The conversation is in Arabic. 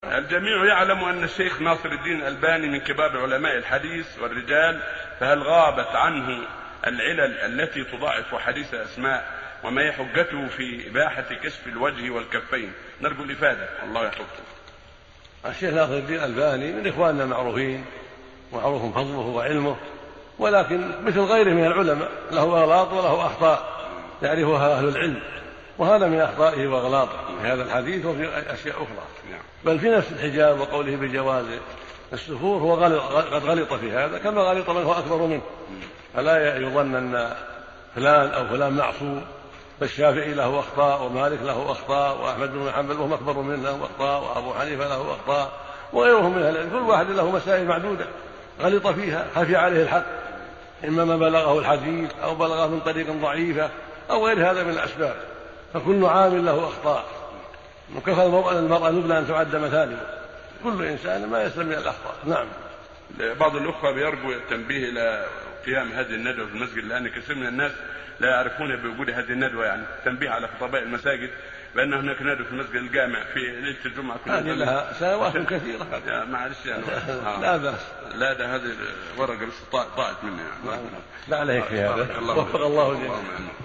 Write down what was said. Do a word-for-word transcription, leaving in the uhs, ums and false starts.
الجميع يعلم أن الشيخ ناصر الدين الألباني من كبار علماء الحديث والرجال، فهل غابت عنه العلل التي تضاعف حديث أسماء؟ وما هي حجته في إباحة كشف الوجه والكفين؟ نرجو الإفادة، الله يحفظكم. الشيخ ناصر الدين الألباني من إخواننا المعروفين، معروف فضله وعلمه، ولكن مثل غيره من العلماء له أغلاط وله أخطاء يعرفها أهل العلم، وهذا من أخطائه وأغلاطه في هذا الحديث وفي أشياء أخرى. بل في نفس الحجاب وقوله بجواز السفور هو قد غلط في هذا كما غلط من هو أكبر منه، فلا يظن أن فلان أو فلان معصوم، فالشافعي له أخطاء ومالك له أخطاء وأحمد بن حنبل وهم أكبر منه له أخطاء وأبو حنيفة له أخطاء وغيرهم من أهل العلم، كل واحد له مسائل معدودة غلط فيها خفي عليه الحق، إما ما بلغه الحديث أو بلغه من طريق ضعيفة أو غير هذا من الأسباب، فكل عامل له أخطاء، وكفى المرأة نبلة أن تعد مثالب، كل إنسان ما يسلم من الأخطاء. نعم. بعض الأخوة بيرجو التنبيه إلى قيام هذه الندوة في المسجد، لأن كثير من الناس لا يعرفون بوجود هذه الندوة، يعني تنبيه على خطباء المساجد بأن هناك ندوة في المسجد الجامع في ليلة الجمعة. هذه لها سنوات كثيرة. معلش يعني لا بأس. لا ده هذه ورقة بس طاعت مني يعني. لا عليك في هذا. وفق الله جميعا.